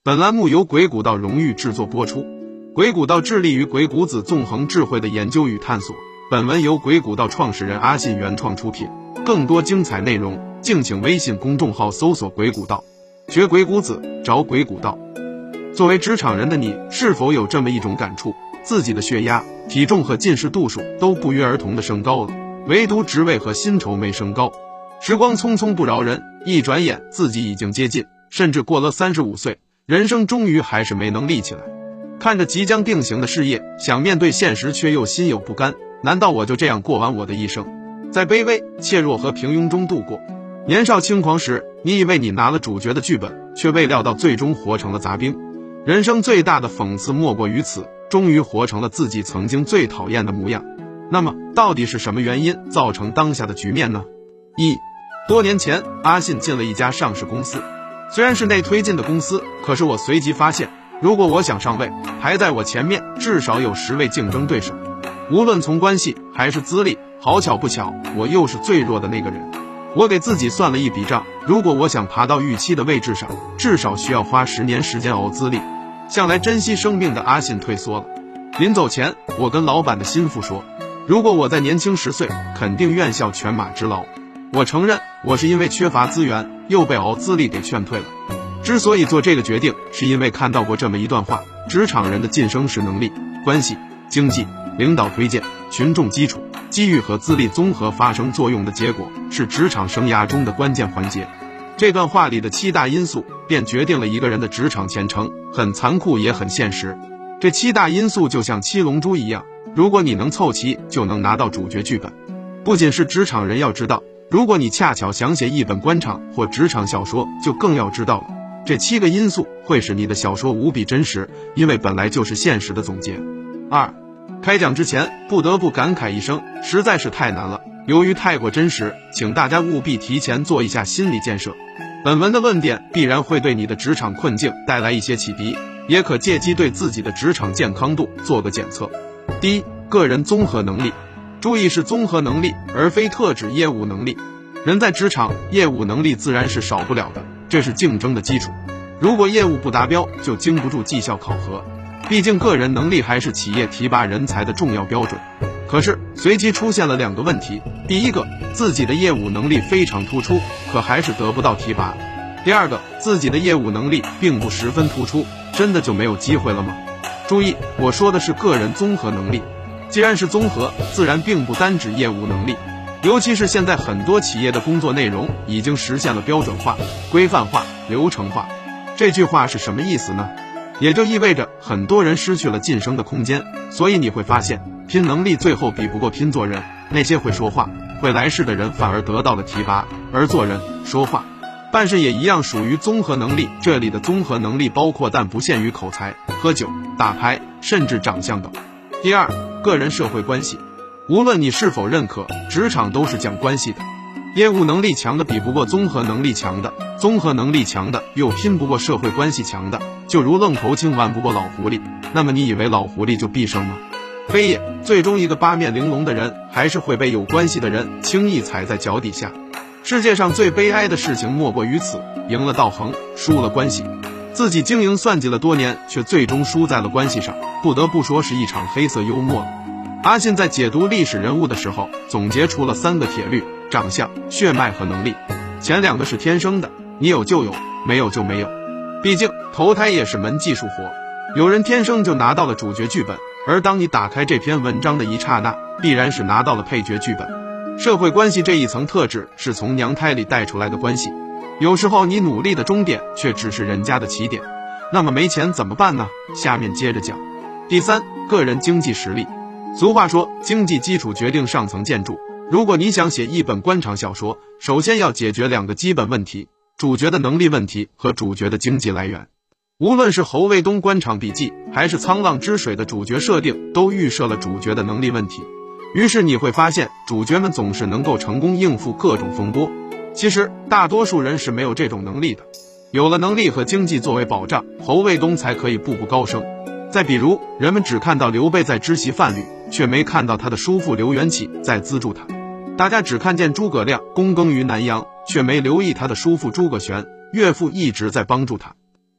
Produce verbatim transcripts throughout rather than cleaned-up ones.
本栏目由鬼谷道荣誉制作播出。鬼谷道致力于鬼谷子纵横智慧的研究与探索。本文由鬼谷道创始人阿信原创出品。更多精彩内容，敬请微信公众号搜索鬼谷道，学鬼谷子，找鬼谷道。作为职场人的你，是否有这么一种感触？自己的血压、体重和近视度数都不约而同的升高了，唯独职位和薪酬没升高。时光匆匆不饶人，一转眼自己已经接近，甚至过了三十五岁，人生终于还是没能立起来。看着即将定型的事业，想面对现实却又心有不甘，难道我就这样过完我的一生，在卑微、怯弱和平庸中度过？年少轻狂时，你以为你拿了主角的剧本，却未料到最终活成了杂兵。人生最大的讽刺莫过于此，终于活成了自己曾经最讨厌的模样。那么到底是什么原因造成当下的局面呢？一多年前，阿信进了一家上市公司，虽然是内推进的公司，可是我随即发现，如果我想上位，排在我前面至少有十位竞争对手，无论从关系还是资历，好巧不巧，我又是最弱的那个人。我给自己算了一笔账，如果我想爬到预期的位置上，至少需要花十年时间熬资历。向来珍惜生命的阿信退缩了。临走前，我跟老板的心腹说，如果我再年轻十岁，肯定愿效犬马之劳。我承认，我是因为缺乏资源，又被熬资历给劝退了。之所以做这个决定，是因为看到过这么一段话：职场人的晋升是能力、关系、经济、领导推荐、群众基础、机遇和资历综合发生作用的结果，是职场生涯中的关键环节。这段话里的七大因素便决定了一个人的职场前程，很残酷也很现实。这七大因素就像七龙珠一样，如果你能凑齐，就能拿到主角剧本。不仅是职场人要知道，如果你恰巧想写一本官场或职场小说，就更要知道了。这七个因素会使你的小说无比真实，因为本来就是现实的总结。二，开讲之前不得不感慨一声，实在是太难了。由于太过真实，请大家务必提前做一下心理建设。本文的论点必然会对你的职场困境带来一些启迪，也可借机对自己的职场健康度做个检测。第一，个人综合能力。注意是综合能力，而非特指业务能力。人在职场，业务能力自然是少不了的，这是竞争的基础。如果业务不达标，就经不住绩效考核。毕竟个人能力还是企业提拔人才的重要标准。可是随即出现了两个问题，第一个，自己的业务能力非常突出，可还是得不到提拔；第二个，自己的业务能力并不十分突出，真的就没有机会了吗？注意，我说的是个人综合能力。既然是综合，自然并不单指业务能力。尤其是现在很多企业的工作内容已经实现了标准化、规范化、流程化。这句话是什么意思呢？也就意味着很多人失去了晋升的空间。所以你会发现，拼能力最后比不过拼做人，那些会说话、会来事的人反而得到了提拔，而做人、说话、办事也一样属于综合能力。这里的综合能力包括但不限于口才、喝酒、打牌，甚至长相等。第二，个人社会关系。无论你是否认可，职场都是讲关系的。业务能力强的比不过综合能力强的，综合能力强的又拼不过社会关系强的，就如愣头青玩不过老狐狸，那么你以为老狐狸就必胜吗？非也，最终一个八面玲珑的人还是会被有关系的人轻易踩在脚底下。世界上最悲哀的事情莫过于此，赢了道行，输了关系。自己经营算计了多年，却最终输在了关系上，不得不说是一场黑色幽默了。阿信在解读历史人物的时候，总结出了三个铁律：长相、血脉和能力。前两个是天生的，你有就有，没有就没有。毕竟投胎也是门技术活，有人天生就拿到了主角剧本，而当你打开这篇文章的一刹那，必然是拿到了配角剧本。社会关系这一层特质是从娘胎里带出来的关系，有时候你努力的终点却只是人家的起点。那么没钱怎么办呢？下面接着讲。第三，个人经济实力。俗话说，经济基础决定上层建筑。如果你想写一本官场小说，首先要解决两个基本问题：主角的能力问题和主角的经济来源。无论是侯卫东官场笔记，还是沧浪之水的主角设定，都预设了主角的能力问题。于是你会发现，主角们总是能够成功应付各种风波。其实大多数人是没有这种能力的。有了能力和经济作为保障，侯卫东才可以步步高升。再比如，人们只看到刘备在知悉范蠡，却没看到他的叔父刘元起在资助他。大家只看见诸葛亮躬耕于南阳，却没留意他的叔父诸葛玄，岳父一直在帮助他。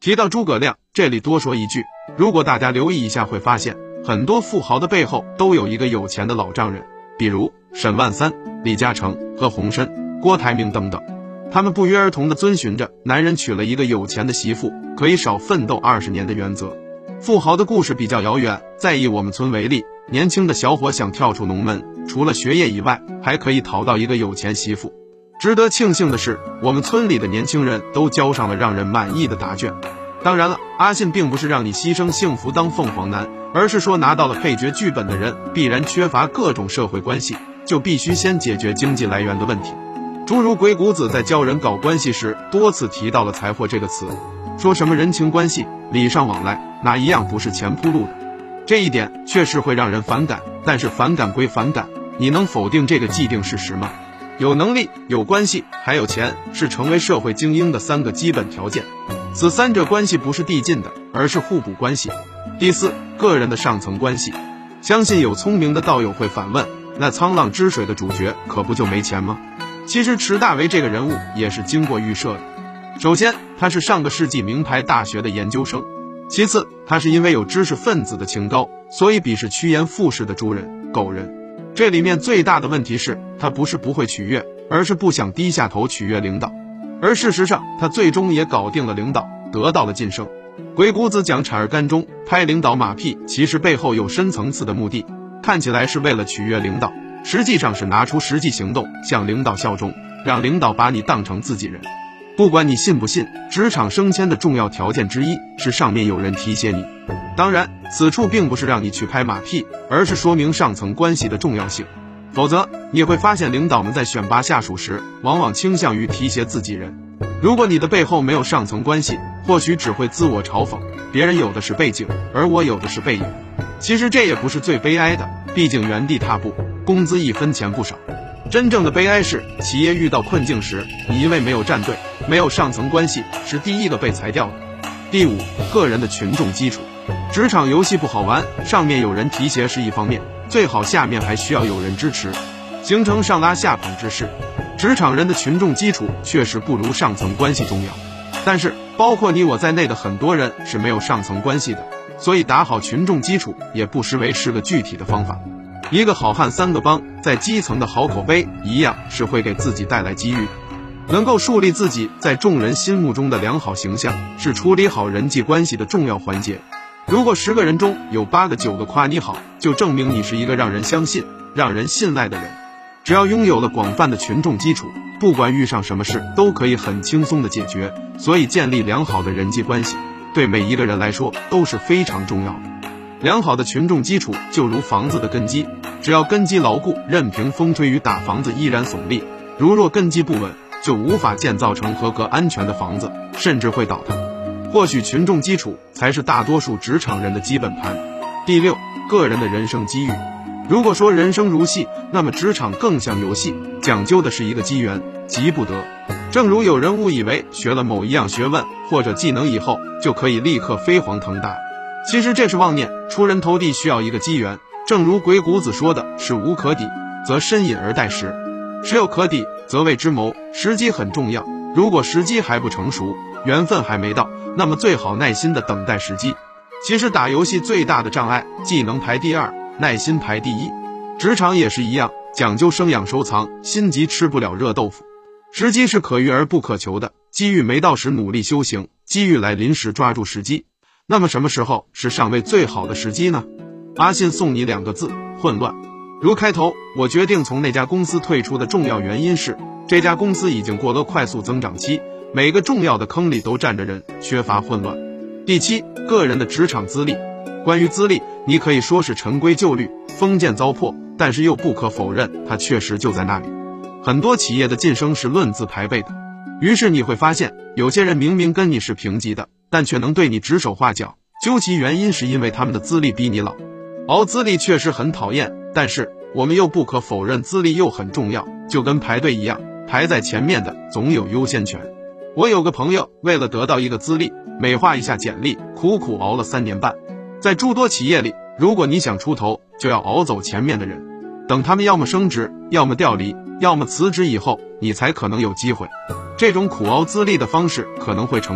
提到诸葛亮，这里多说一句，如果大家留意一下会发现，很多富豪的背后都有一个有钱的老丈人，比如沈万三、李嘉诚、何鸿燊、郭台铭等等。他们不约而同地遵循着男人娶了一个有钱的媳妇可以少奋斗二十年的原则。富豪的故事比较遥远，再以我们村为例，年轻的小伙想跳出龙门，除了学业以外，还可以讨到一个有钱媳妇。值得庆幸的是，我们村里的年轻人都交上了让人满意的答卷。当然了，阿信并不是让你牺牲幸福当凤凰男，而是说拿到了配角剧本的人必然缺乏各种社会关系，就必须先解决经济来源的问题。诸如鬼谷子在教人搞关系时多次提到了财货这个词，说什么人情关系、礼尚往来，哪一样不是钱铺路的？这一点确实会让人反感，但是反感归反感，你能否定这个既定事实吗？有能力、有关系还有钱，是成为社会精英的三个基本条件。此三者关系不是递进的，而是互补关系。第四，个人的上层关系。相信有聪明的道友会反问，那沧浪之水的主角可不就没钱吗？其实池大为这个人物也是经过预设的。首先，他是上个世纪名牌大学的研究生；其次，他是因为有知识分子的清高，所以鄙视趋炎附势的猪人、狗人。这里面最大的问题是，他不是不会取悦，而是不想低下头取悦领导。而事实上，他最终也搞定了领导，得到了晋升。鬼谷子讲产儿干中拍领导马屁，其实背后有深层次的目的，看起来是为了取悦领导，实际上是拿出实际行动向领导效忠，让领导把你当成自己人。不管你信不信，职场升迁的重要条件之一是上面有人提携你。当然，此处并不是让你去拍马屁，而是说明上层关系的重要性。否则，你会发现领导们在选拔下属时，往往倾向于提携自己人。如果你的背后没有上层关系，或许只会自我嘲讽，别人有的是背景，而我有的是背影。其实这也不是最悲哀的，毕竟原地踏步，工资一分钱不少。真正的悲哀是，企业遇到困境时，你因为没有站队，没有上层关系，是第一个被裁掉的。第五，个人的群众基础。职场游戏不好玩，上面有人提携是一方面，最好下面还需要有人支持，形成上拉下捧之势。职场人的群众基础确实不如上层关系重要，但是包括你我在内的很多人是没有上层关系的，所以打好群众基础也不失为是个具体的方法。一个好汉三个帮，在基层的好口碑一样是会给自己带来机遇。能够树立自己在众人心目中的良好形象，是处理好人际关系的重要环节。如果十个人中有八个九个夸你好，就证明你是一个让人相信、让人信赖的人。只要拥有了广泛的群众基础，不管遇上什么事都可以很轻松的解决。所以建立良好的人际关系，对每一个人来说都是非常重要的。良好的群众基础就如房子的根基，只要根基牢固，任凭风吹雨打，房子依然耸立。如若根基不稳，就无法建造成合格安全的房子，甚至会倒塌。或许群众基础才是大多数职场人的基本盘。第六，个人的人生机遇。如果说人生如戏，那么职场更像游戏，讲究的是一个机缘，急不得。正如有人误以为学了某一样学问或者技能以后就可以立刻飞黄腾达，其实这是妄念，出人头地需要一个机缘。正如鬼谷子说的，是无可抵，则深饮而待时；时有可抵，则为之谋。时机很重要，如果时机还不成熟，缘分还没到，那么最好耐心的等待时机。其实打游戏最大的障碍，技能排第二，耐心排第一。职场也是一样，讲究生养收藏，心急吃不了热豆腐。时机是可遇而不可求的，机遇没到时努力修行，机遇来临时抓住时机。那么什么时候是上位最好的时机呢？阿信送你两个字：混乱。如开头，我决定从那家公司退出的重要原因是，这家公司已经过了快速增长期，每个重要的坑里都站着人，缺乏混乱。第七，个人的职场资历。关于资历，你可以说是陈规旧律、封建糟粕，但是又不可否认，它确实就在那里。很多企业的晋升是论资排辈的，于是你会发现，有些人明明跟你是平级的，但却能对你指手画脚，究其原因是因为他们的资历比你老。熬资历确实很讨厌，但是我们又不可否认资历又很重要，就跟排队一样，排在前面的总有优先权。我有个朋友为了得到一个资历，美化一下简历，苦苦熬了三年半。在诸多企业里，如果你想出头，就要熬走前面的人，等他们要么升职，要么调离，要么辞职以后，你才可能有机会。这种苦熬资历的方式可能会成功，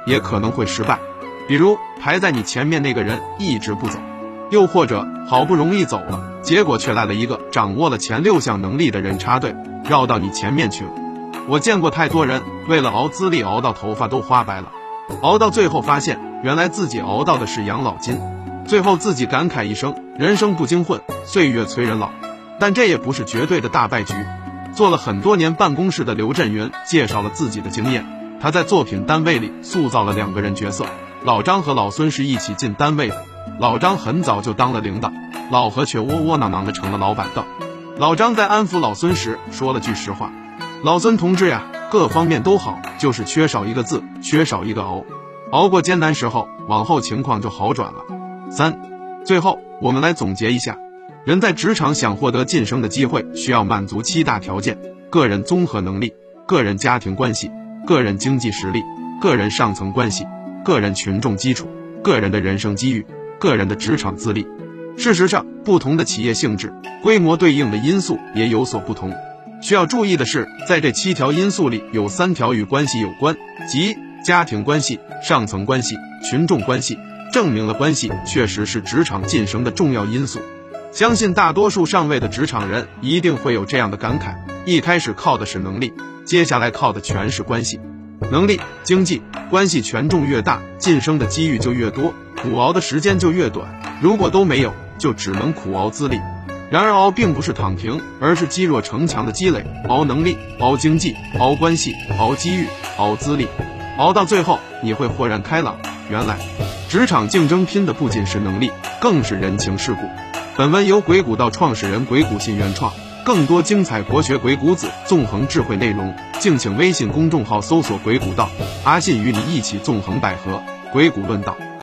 也可能会失败。比如排在你前面那个人一直不走，又或者好不容易走了，结果却来了一个掌握了前六项能力的人插队，绕到你前面去了。我见过太多人为了熬资历熬到头发都花白了，熬到最后发现原来自己熬到的是养老金，最后自己感慨一声，人生不经混，岁月催人老。但这也不是绝对的大败局。做了很多年办公室的刘震云介绍了自己的经验，他在作品单位里塑造了两个人角色，老张和老孙是一起进单位的，老张很早就当了领导，老何却窝窝囊囊的成了老板凳。老张在安抚老孙时说了句实话，老孙同志呀，各方面都好，就是缺少一个字，缺少一个熬。熬过艰难时候，往后情况就好转了。三，最后我们来总结一下，人在职场想获得晋升的机会，需要满足七大条件：个人综合能力、个人家庭关系、个人经济实力、个人上层关系、个人群众基础、个人的人生机遇、个人的职场资历。事实上，不同的企业性质、规模对应的因素也有所不同。需要注意的是，在这七条因素里，有三条与关系有关，即家庭关系、上层关系、群众关系，证明了关系确实是职场晋升的重要因素。相信大多数上位的职场人一定会有这样的感慨，一开始靠的是能力，接下来靠的全是关系。能力、经济、关系权重越大，晋升的机遇就越多，苦熬的时间就越短，如果都没有，就只能苦熬资历。然而熬并不是躺平，而是积弱成强的积累，熬能力，熬经济，熬关系，熬机遇，熬资历，熬到最后你会豁然开朗，原来职场竞争拼的不仅是能力，更是人情世故。本文由鬼谷道创始人鬼谷信原创，更多精彩国学鬼谷子纵横智慧内容，敬请微信公众号搜索鬼谷道，阿信与你一起纵横捭阖，鬼谷论道。